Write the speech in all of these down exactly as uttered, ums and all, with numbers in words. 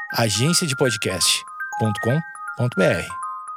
agência de podcast ponto com ponto b r.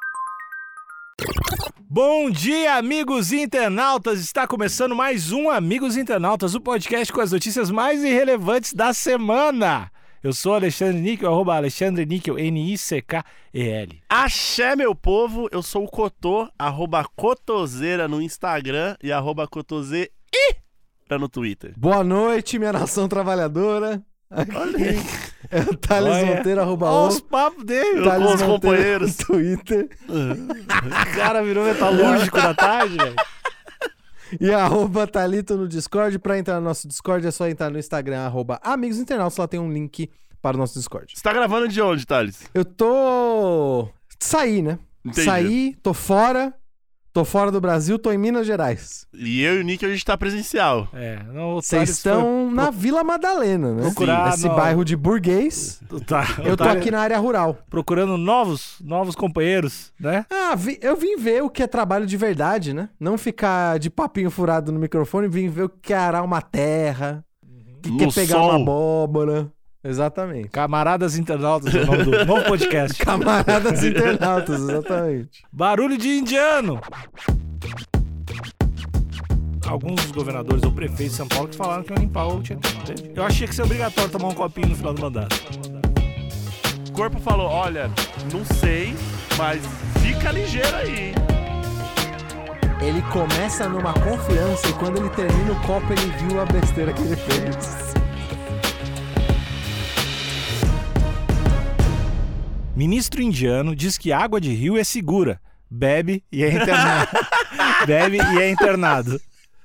Bom dia, amigos internautas! Está começando mais um Amigos Internautas, o podcast com as notícias mais irrelevantes da semana. Eu sou Alexandre Níquel, arroba Alexandre Níquel, N I C K E L. Axé, meu povo, eu sou o Cotô, arroba Cotoseira no Instagram e arroba Cotoseira no Twitter. Boa noite, minha nação trabalhadora. Aqui Olha aí. é o Thales Olha. Monteiro, arroba Olha o. os papos dele! Eu Thales com os Monteiro companheiros. no Twitter. O cara virou metalúrgico da tarde, velho. E arroba Thalito no Discord. Pra entrar no nosso Discord é só entrar no Instagram, arroba Amigos Internautas. Lá tem um link para o nosso Discord. Você tá gravando de onde, Thales? Eu tô... Saí, né? Entendi. Saí, tô fora. Tô fora do Brasil, tô em Minas Gerais. E eu e o Nick, a gente tá presencial. É, não, o Vocês Thales estão na Vila Madalena, né? procurar Esse no- bairro de burguês. foi- Tá, Eu tô tá aqui na área rural. procurando novos, novos companheiros, né? Ah, vi- eu vim ver o que é trabalho de verdade, né? Não ficar de papinho furado no microfone, vim ver o que é arar uma terra, o que, que é No pegar sol. uma abóbora. Exatamente. Camaradas Internautas, é o nome do novo podcast. Camaradas internautas, exatamente. Barulho de indiano! Alguns dos governadores ou prefeitos de São Paulo que falaram que iam limpar o Tietê. Eu achei que isso é obrigatório tomar um copinho no final do mandato. O corpo falou, olha, não sei, mas fica ligeiro aí, hein? Ele começa numa confiança e quando ele termina o copo, ele viu a besteira que ele fez. Ministro indiano diz que água de rio é segura. Bebe e é internado. Bebe e é internado.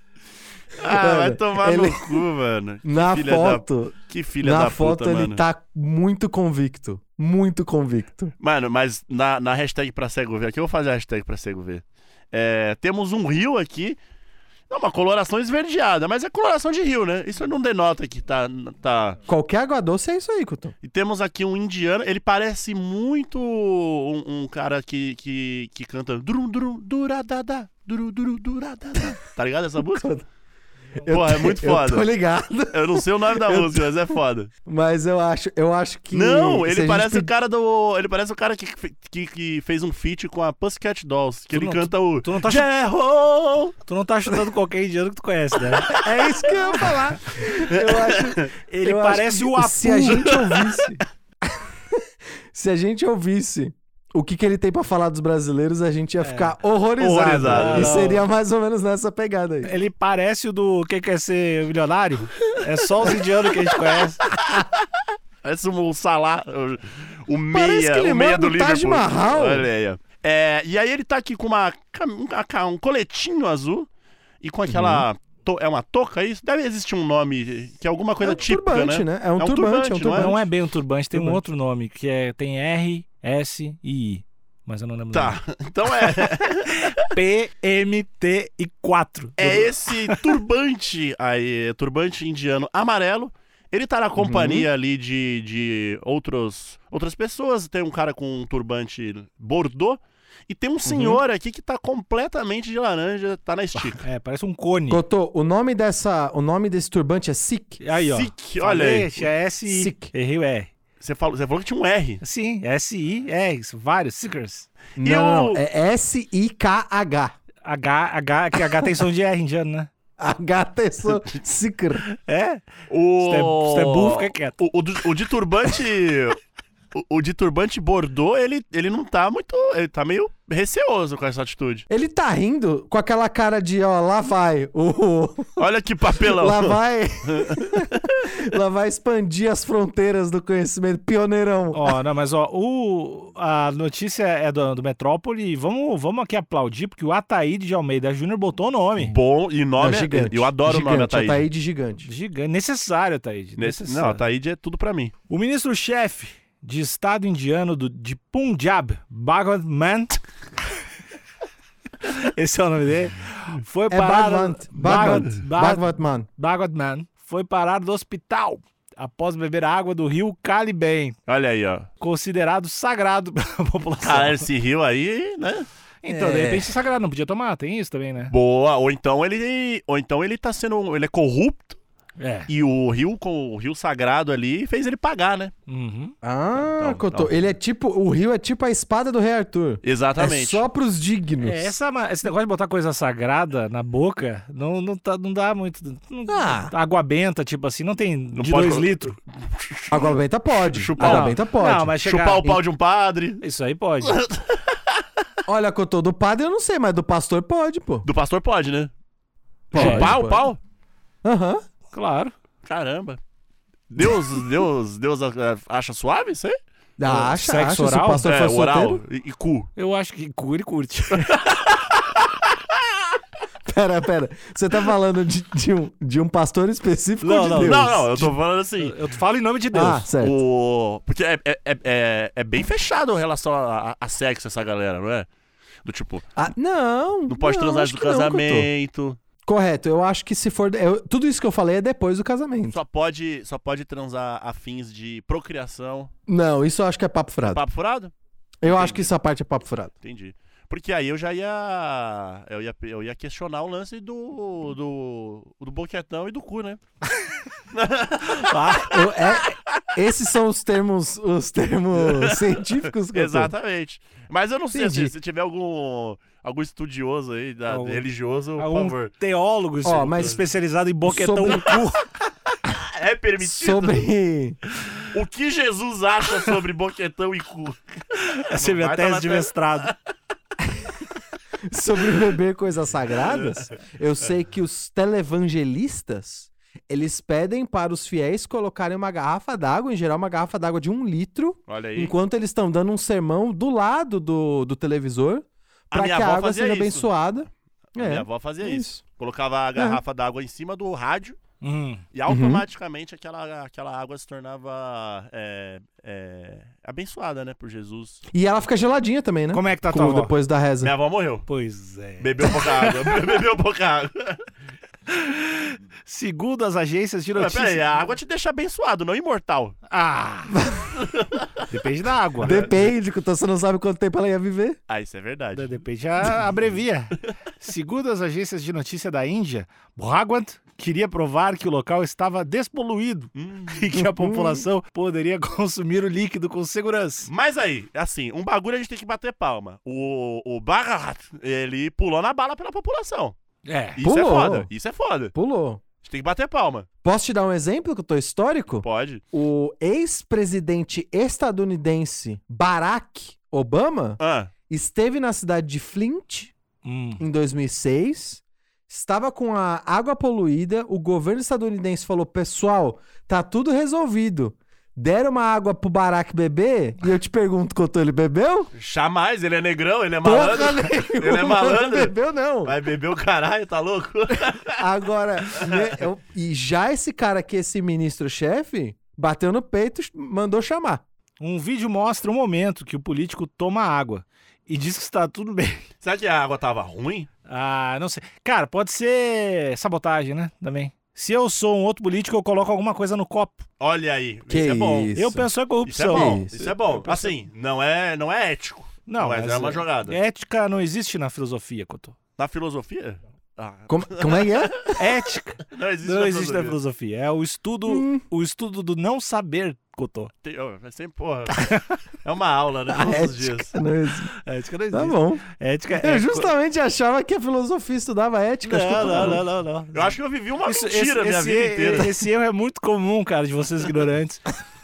Ah, Mano, vai tomar ele- no cu, mano. Que Na filha foto, Da... Que filha na da foto puta, ele mano. tá muito convicto. Muito convicto. Mano, mas na, na hashtag pra cego ver, aqui eu vou fazer a hashtag pra cego ver. É, temos um rio aqui, não, uma coloração esverdeada, mas é coloração de rio, né? Isso não denota que tá... tá... Qualquer água doce é isso aí, Couto. E temos aqui um indiano, ele parece muito um, um cara que, que, que canta durum durum duradada, duru duru duradada. Tá ligado essa música? Pô, é muito foda. Eu tô ligado. Eu não sei o nome da música, mas é foda. Mas eu acho, eu acho que... Não, se a ele gente parece o pedi- cara do. Ele parece o cara que, que, que fez um feat com a Pussycat Dolls. Que Tu ele não- canta o. tu não tá Gerro! Tu não tá chutando qualquer indiano que tu conhece, né? É isso que eu ia falar. Eu acho... Ele eu parece acho o que Apu. Se a gente ouvisse... se a gente ouvisse o que, que ele tem pra falar dos brasileiros, a gente ia ficar horrorizado. Horrorizado. E Não. seria mais ou menos nessa pegada aí. Ele parece o do Quem Quer Ser Milionário. É só os indianos que a gente conhece. Parece o Salah, o, o meia, Parece que ele o meia manda do o Taj Liverpool. Mahal. Olha aí, ó. É, e aí ele tá aqui com uma, cam- um, ca- um coletinho azul e com aquela. Uhum. to- é uma touca isso? Deve existir um nome que é alguma coisa é um típica, turbante, né? né? É um É um turbante, turbante, é um não é? turbante. Não é bem um turbante, tem um Turbante. outro nome, que é, tem R, S e I. Mas eu não lembro. Tá, então é. P, M, T e quatro. É esse turbante aí, turbante indiano amarelo. Ele tá na Uhum. companhia ali de, de outros, outras pessoas. Tem um cara com um turbante bordô. E tem um senhor aqui que tá completamente de laranja, tá na estica. É, parece um cone. Cotô, o nome dessa, o nome desse turbante é Sikh. Aí, ó. Sick, olha aí. Falei, é S I. Sick. Errei o R. Você falou, você falou que tinha um R. Sim, S I, é isso. Vários, Sickers. Não, Eu- não, é S I K H. H, H, que H tem som de R indiano, né? H atenção, Sikr. É? O... Se tu é, se tu é burro, fica quieto. O, o, do- o de turbante... o, o de turbante bordô, ele, ele não tá muito... Ele tá meio receoso com essa atitude. Ele tá rindo com aquela cara de, ó, lá vai, o... Olha que papelão. lá vai... lá vai expandir as fronteiras do conhecimento, pioneirão. Ó, não, mas ó, o, a notícia é do, do Metrópole e vamos, vamos aqui aplaudir, porque o Ataíde de Almeida Júnior botou o nome. Bom, e nome É é... gigante. Eu adoro gigante, o nome Ataíde. Ataíde gigante. Gigante, necessário, Ataíde. Nesse... necessário. Não, Ataíde é tudo pra mim. O ministro-chefe de estado indiano do, de Punjab, Bhagwat Mann, esse é o nome dele, foi É parado... Bhagwat, Bhagwat, Bhagwat, Bhagwat Man. Bhagwat Mann foi parado no hospital após beber a água do rio Caliben, Olha aí, ó. considerado sagrado pela população. Cara, esse rio aí, né? Então, É. de repente, sagrado, não podia tomar, tem isso também, né? Boa. Ou então ele... Ou então ele tá sendo... Ele é corrupto É. E o rio, com o rio sagrado ali, fez ele pagar, né? Uhum. Ah, Então, Cotô. então. Ele é tipo... O rio é tipo a espada do rei Arthur. Exatamente. É só pros dignos. É, essa, esse negócio de botar coisa sagrada na boca não, não, tá, não dá muito. Não, Ah. Água benta, tipo assim, não tem Não de pode dois colocar- litros. Água benta pode. Chupar. Água Não, benta pode. Não, mas chegar... Chupar o pau de um padre. Isso aí pode. Olha, Cotô, do padre eu não sei, mas do pastor pode, pô. Do pastor pode, né? Pode, Chupar o pode. pau? Aham. Claro. Caramba. Deus, Deus, Deus ah, acha suave isso aí? Ah, Acha, Sexo acha. Se o oral? pastor É, for oral solteiro... e, e cu. Eu acho que cu ele curte. Pera, pera. Você tá falando de, de, um, de um pastor específico Não, ou de não, Deus? Não, não, eu tô falando assim. Eu falo em nome de Deus. Ah, certo. O... Porque é, é, é, é, é bem fechado em relação a, a, a sexo essa galera, não é? Do tipo, Ah, não. não pode transar acho antes do que não, Cotô. casamento, Correto, eu acho que se for... eu- tudo isso que eu falei é depois do casamento. só pode, só pode transar a fins de procriação. Não, isso eu acho que é papo furado. Papo furado? Eu Entendi. acho que essa parte é papo furado. Entendi. Porque aí eu já ia. Eu ia, eu ia questionar o lance do. do. do boquetão e do cu, né? Eu- é- esses são os termos, os termos científicos que eu tô. Exatamente. Mas eu não sei Entendi. se, se tiver algum. algum estudioso aí, da, Algum- religioso, por Algum favor. teólogo Ó, mas especializado em boquetão sobre- no cu. É permitido? Sobre... O que Jesus acha sobre boquetão e cu? Essa é minha Vai tá tese na de te- mestrado. sobre beber coisas sagradas, eu sei que os televangelistas, eles pedem para os fiéis colocarem uma garrafa d'água, em geral uma garrafa d'água de um litro, Olha aí. enquanto eles estão dando um sermão do lado do, do televisor, A para que minha a avó água fazia seja isso. abençoada. A É, minha avó fazia é isso. isso. Colocava a garrafa d'água em cima do rádio Hum. e automaticamente aquela, aquela água se tornava é, é, abençoada, né, por Jesus. E ela fica geladinha também, né? Como é que tá Como tua avó? depois da reza. Minha avó morreu. Pois é. Bebeu pouca água. Bebeu pouca água. Segundo as agências de Mas notícias... peraí, a água te deixa abençoado, não imortal. Ah! Depende da água. Depende, que você não sabe quanto tempo ela ia viver. Ah, isso é verdade. Depende, a abrevia. Segundo as agências de notícia da Índia, Bhagwant queria provar que o local estava despoluído Hum. e que a população poderia consumir o líquido com segurança. Mas aí, assim, um bagulho a gente tem que bater palma. O, o Bhagat, ele pulou na bala pela população. É. Isso Pulou. é foda, isso é foda. Pulou. A gente tem que bater palma. Posso te dar um exemplo que eu tô histórico? Pode. O ex-presidente estadunidense Barack Obama Ah, esteve na cidade de Flint Hum. em dois mil e seis, estava com a água poluída, o governo estadunidense falou, pessoal, tá tudo resolvido. Deram uma água pro Barack beber e eu te pergunto, Cotô, ele bebeu? jamais, ele é negrão, ele é Porra malandro. nenhuma, Ele é malandro. Não bebeu, não. Vai beber o caralho, tá louco? Agora, né, eu- e já esse cara aqui, esse ministro-chefe, bateu no peito e mandou chamar. Um vídeo mostra um momento que o político toma água e diz que está tudo bem. Será que a água tava ruim? Ah, não sei. Cara, pode ser sabotagem, né? Também. Se eu sou um outro político, eu coloco alguma coisa no copo. Olha aí, Que isso é bom. isso. Eu penso em Isso é corrupção. bom, Isso. isso é bom. Assim, não é, não é ético. Não, mas, mas é uma é- jogada. Ética não existe na filosofia, Cotô. Na filosofia? Ah, Como, como é que é? Ética não existe não na existe na filosofia. filosofia. É o estudo, Hum. o estudo do não saber, Cotô. Tem- ó, é sempre, porra. É uma aula, né? A Todos os dias. ética não existe. Ética não Tá existe. bom. Ética Eu é... justamente achava que a filosofia estudava ética. acho que eu tô Não, não, maluco. não, não, não. Eu acho que eu vivi uma Isso- mentira a minha esse, vida esse- inteira. Esse erro é muito comum, cara, de vocês ignorantes.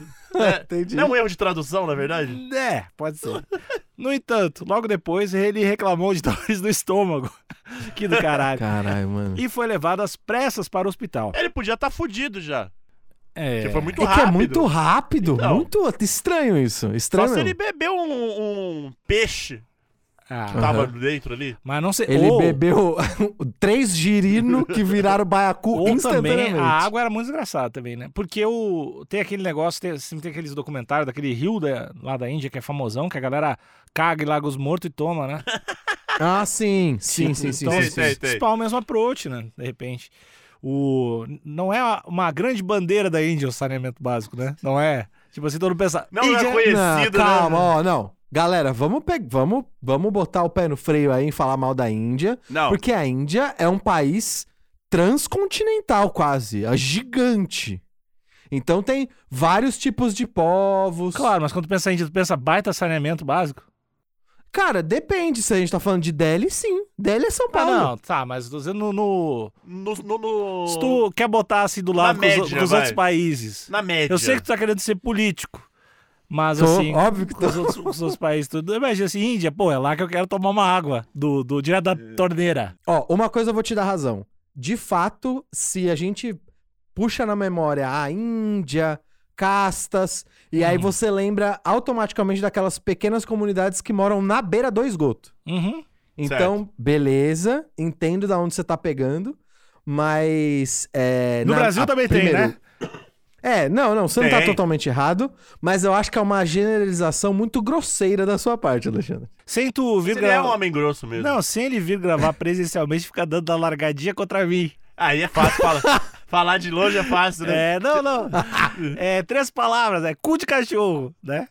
É, Entendi. não é um erro de tradução, na verdade? É, pode ser. No entanto, logo depois ele reclamou de dores no estômago. Que do caralho. Caralho, mano. E foi levado às pressas para o hospital. Ele podia estar fudido já. É. Porque foi muito É que rápido. é muito rápido. Então. Muito estranho isso. Só Estranho. se mesmo. ele bebeu um, um peixe Ah, que tava Aham. dentro ali. mas não sei. Ele ou, bebeu três girino que viraram baiacu ou também instantaneamente. a água era muito desgraçada também, né? Porque o, tem aquele negócio, tem, sempre tem aqueles documentários daquele rio da- lá da Índia que é famosão, que a galera caga em lagos mortos e toma, né? Ah, sim. Sim, Tipo, sim, sim. então, sim, Tem, sim. tem, tem. Esse pau é o mesmo approach, né? De repente. O, não é uma grande bandeira da Índia o saneamento básico, né? Não é. Tipo assim, todo mundo pensa. Não é Índia- conhecido, Não, calma, né? ó, não. Galera, vamos, pe... vamos, vamos botar o pé no freio aí em falar mal da Índia. Não, Porque a Índia é um país transcontinental quase, é gigante. Então tem vários tipos de povos. Claro, mas quando tu pensa em Índia, tu pensa baita saneamento básico? Cara, depende. Se a gente tá falando de Delhi, sim. Delhi é São Paulo. Ah, não, tá, mas tô dizendo no... no... No, no, no... Se tu quer botar assim do lado Na com, os, média, com os vai. outros países. Na média. Eu sei que tu tá querendo ser político, mas Tô, assim, óbvio que com os, outros, com os outros países tudo. Imagina assim, Índia, pô, é lá que eu quero tomar uma água do, do direto da torneira. Ó, uma coisa eu vou te dar razão. De fato, se a gente puxa na memória a Índia, castas, e aí você lembra automaticamente daquelas pequenas comunidades que moram na beira do esgoto. Uhum. Então, beleza, entendo da onde você tá pegando, mas... é, No na- Brasil a- também primeiro- tem, né? É, não, não, você não tá Tem. totalmente errado, mas eu acho que é uma generalização muito grosseira da sua parte, Alexandre. Sem tu vir Ele é um gravar... homem grosso mesmo. Não, sem ele vir gravar presencialmente, fica dando a largadinha contra mim. Aí é fácil falar. Falar de longe é fácil, né? É, não, não. É três palavras, é cu de cachorro, né?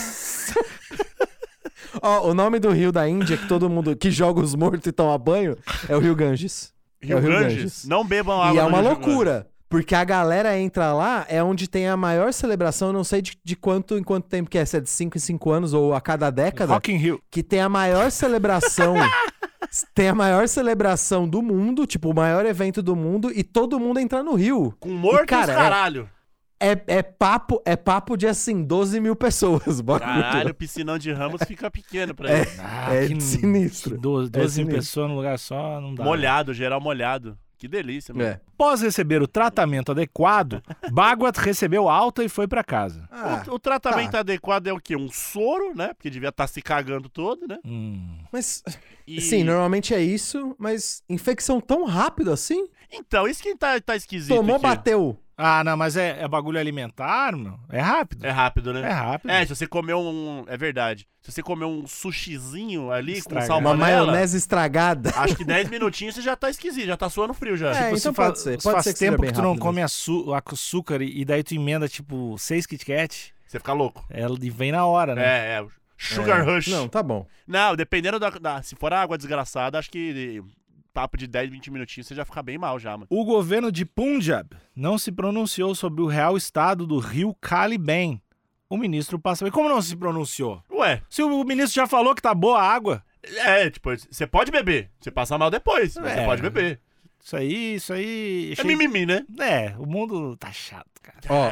Ó, o nome do rio da Índia que todo mundo que joga os mortos e toma banho é o Rio Ganges. Rio é o Rio Ganges. Ganges. Não bebam água E é do uma Rio loucura, porque a galera entra lá, é onde tem a maior celebração, eu não sei de, de quanto em quanto tempo que é, se é de cinco em cinco anos ou a cada década, Rock in Rio. que tem a maior celebração, tem a maior celebração do mundo, tipo, o maior evento do mundo, e todo mundo entra no rio. Com morto E, cara, e os caralho. É, é, papo, é papo de, assim, doze mil pessoas. o bagulho. Caralho, o piscinão de Ramos fica pequeno pra É. ele. Ah, É que sinistro. que doze, É doze mil sinistro. pessoas num lugar só, não dá. Molhado, geral molhado. Que delícia, mano. É. Após receber o tratamento adequado, Bhagwat recebeu alta e foi pra casa. Ah, O, o tratamento tá. adequado é o quê? Um soro, né? Porque devia estar se cagando todo, né? Hum. mas, E... sim, normalmente é isso, mas infecção tão rápido assim? Então, isso que tá, tá esquisito Tomou, aqui. bateu. Ah, não, mas é, é bagulho alimentar, meu? É rápido. É rápido, né? É rápido. É, se você comer um... É verdade. Se você comer um sushizinho ali Estragado. com Uma salmonela... maionese estragada. Acho que dez minutinhos você já tá esquisito, já tá suando frio já. É, Tipo, então se fa- pode ser, se pode faz ser que seja tempo bem que tu não rápido come açu- açúcar e e daí tu emenda, tipo, seis Kit Kat, Você fica louco. ela e vem na hora, né? É, é. Sugar É. Rush. Não, tá bom. Não, dependendo da, da- se for água desgraçada, acho que papo de dez, vinte minutinhos você já fica bem mal já, mano. O governo de Punjab não se pronunciou sobre o real estado do rio Caliban. O ministro passa... Como não se pronunciou? Ué, Se o ministro já falou que tá boa a água, é, tipo, você pode beber. Você passa mal depois, mas É. você pode beber. isso aí, isso aí... É mimimi, né? É, o mundo tá chato, cara. Ó,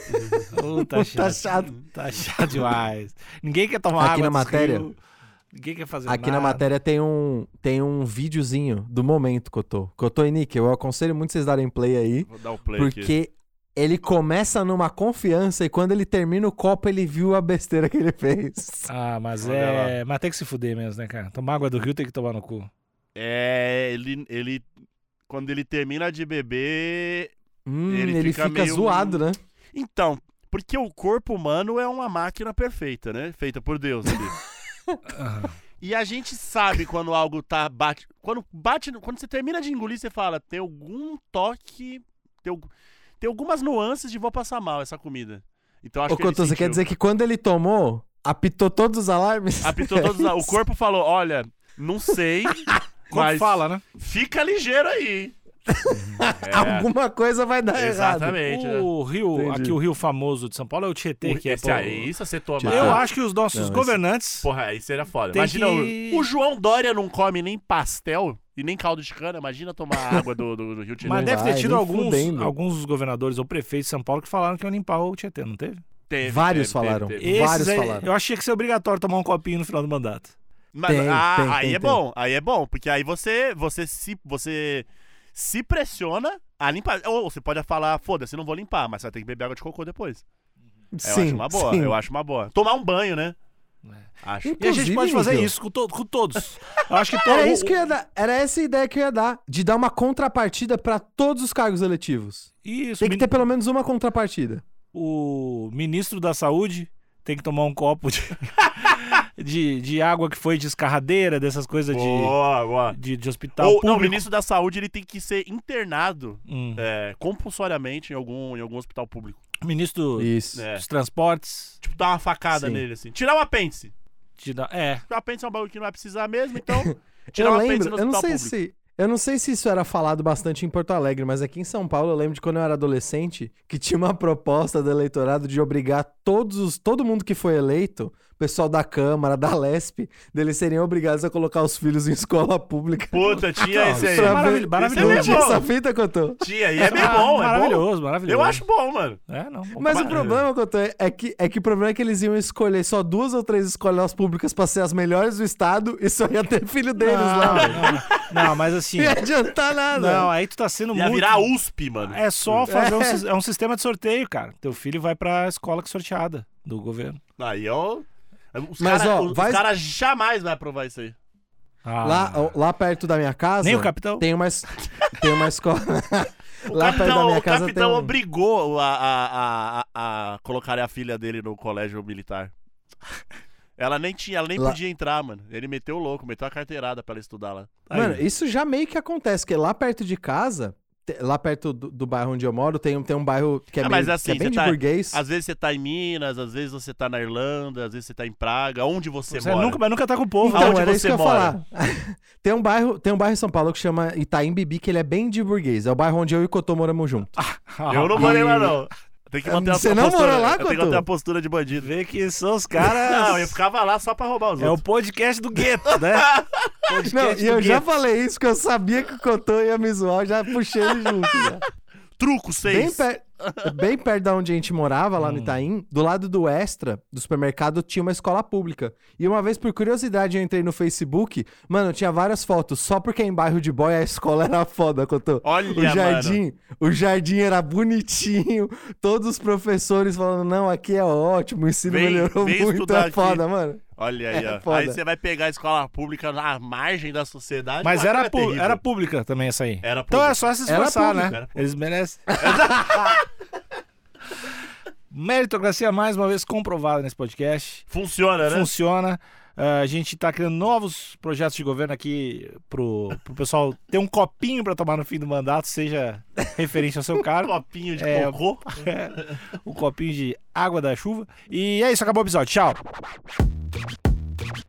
Ô, tá, chato. tá chato. Tá chato demais. Ninguém quer tomar Aqui água na dos matéria- rios, ninguém quer fazer Aqui nada. na matéria tem um, tem um videozinho do momento, Cotô. Cotô e Nick, eu aconselho muito vocês darem play aí, Vou dar o play aqui. porque ele começa numa confiança e quando ele termina o copo, ele viu a besteira que ele fez. Ah, mas Olha é... Mas tem que se fuder mesmo, né, cara? Tomar água do rio tem que tomar no cu. É, ele, ele... Quando ele termina de beber... Hum, Ele ele, fica fica, meio- zoado, né? Então, porque o corpo humano é uma máquina perfeita, né? Feita por Deus ali. Ah, E a gente sabe quando algo tá bate, quando bate, no- quando você termina de engolir, você fala, tem algum toque, tem, al- tem algumas nuances de vou passar mal essa comida. Então acho Ô, que ele Cotô, você sentiu. quer dizer que quando ele tomou, apitou todos os alarmes? Apitou todos, a- o corpo falou, olha, não sei, como mas fala, né? fica ligeiro aí. É, Alguma coisa vai dar errado. exatamente. né? O rio, Entendi. aqui o rio famoso de São Paulo é o Tietê, que é... Esse pô, aí, se você tomar... Eu acho que os nossos Não, esse- governantes... Porra, aí seria foda. Tem Imagina, que- o, o João Dória não come nem pastel e nem caldo de cana. Imagina tomar água do, do, do Rio de Mas Janeiro. deve ter vai, tido nem alguns, fudendo. alguns governadores ou prefeitos de São Paulo que falaram que iam limpar o Tietê, não teve? Teve, Vários teve, teve, falaram. teve. E- Vários Esses aí, falaram. eu achei que seria obrigatório tomar um copinho no final do mandato. Mas, Tem, ah, tem, aí tem, é tem. bom, aí é bom, porque aí você, você, se, você se pressiona a limpar. Ou você pode falar, foda-se, não vou limpar, mas você vai ter que beber água de cocô depois. eu acho uma boa, sim. eu acho uma boa. Tomar um banho, né? É. Acho. E a gente Inclusive, pode fazer Níquel, isso com, to- com todos. Eu acho que todo, Era isso que eu ia dar. Era essa a ideia que eu ia dar. De dar uma contrapartida pra todos os cargos eletivos. Isso, Tem que o ter pelo menos uma contrapartida. o ministro da saúde tem que tomar um copo de, de, de água que foi de escarradeira, dessas coisas de, Boa, boa. de, de hospital Ou, público. não, o ministro da saúde ele tem que ser internado Hum. é, compulsoriamente em algum, em algum hospital público. Ministro Isso. É. dos transportes. Tipo, dar uma facada Sim. nele, assim. Tirar o apêndice. Te dá, é. O apêndice é um bagulho que não vai precisar mesmo, então. Tirar Eu o apêndice lembro, no eu não hospital sei público. se. Eu não sei se isso era falado bastante em Porto Alegre, mas aqui em São Paulo eu lembro de quando eu era adolescente que tinha uma proposta do eleitorado de obrigar todos os, todo mundo que foi eleito, o pessoal da Câmara, da Lesp, deles serem obrigados a colocar os filhos em escola pública. Puta, tinha esse aí. Isso é maravilhoso. maravilhoso. Esse é bom. Essa fita, Cotô. Tinha, e é bem bom, é maravilhoso, bom. maravilhoso. Eu acho bom, mano. É, não. Mas pra... o problema, Cotô, é que, é que o problema é que eles iam escolher só duas ou três escolas públicas pra ser as melhores do estado e só ia ter filho deles não, lá. Não, não, mas assim... Não ia adiantar nada. Não, aí tu tá sendo Ia muito... virar U S P, mano. É só fazer É. um, sis- é um sistema de sorteio, cara. Teu filho vai pra escola que é sorteada do governo. Aí, ó... Os Mas, caras ó, vai- cara jamais vai aprovar isso aí. Ah. Lá, ó, lá perto da minha casa... Nem o capitão? Tem uma, es- tem uma escola... O lá perto da capitão, minha o casa capitão tem um... obrigou a, a, a, a, a colocar a filha dele no colégio militar. Ela nem tinha, ela nem Lá- podia entrar, mano. Ele meteu o louco, meteu a carteirada pra ela estudar lá. Aí. Mano, isso já meio que acontece, porque lá perto de casa, te- lá perto do, do bairro onde eu moro, tem, um- tem um bairro que é, Ah, meio, mas assim, que é bem você de tá- burguês. Às vezes você tá em Minas, às vezes você tá na Irlanda, às vezes você tá em Praga. Onde você, Você mora? nunca, mas nunca tá com o povo. Então, Aonde era isso você que eu ia mora? falar. tem, um bairro, tem um bairro em São Paulo que chama Itaim Bibi, que ele é bem de burguês. É o bairro onde eu e o Cotô moramos junto. Eu não morei lá, não. Tem que manter Você a não postura, mora lá, eu tenho que Cotô? manter a postura de bandido. Vê que são os caras... Não, eu ficava lá só pra roubar os É o outros. podcast do gueto, né? Não, Podcast e do eu já gueto. falei isso, porque eu sabia que o Cotô ia me zoar, eu já puxei ele junto. Já. Truco Bem, seis. per... bem perto da onde a gente morava, lá no Hum. Itaim, do lado do Extra, do supermercado, tinha uma escola pública. E uma vez, por curiosidade, eu entrei no Facebook, mano, tinha várias fotos, só porque em bairro de boy a escola era foda, Cotô. Olha, O jardim, o jardim era bonitinho, todos os professores falando, não, aqui é ótimo, o ensino Vem- melhorou vem muito, estudar é aqui. foda, mano. Olha aí, É ó. foda. Aí você vai pegar a escola pública na margem da sociedade. Mas lá era, é pu- terrível. era pública também essa aí. Era Então pública. é só se Era esforçar, pública, né? era pública. Eles merecem. Meritocracia mais uma vez comprovada nesse podcast. Funciona, né? Funciona. Ah, a gente tá criando novos projetos de governo aqui pro, pro pessoal ter um copinho pra tomar no fim do mandato, seja referente ao seu cargo. Copinho de É, cocô. um copinho de água da chuva. E é isso, acabou o episódio. Tchau.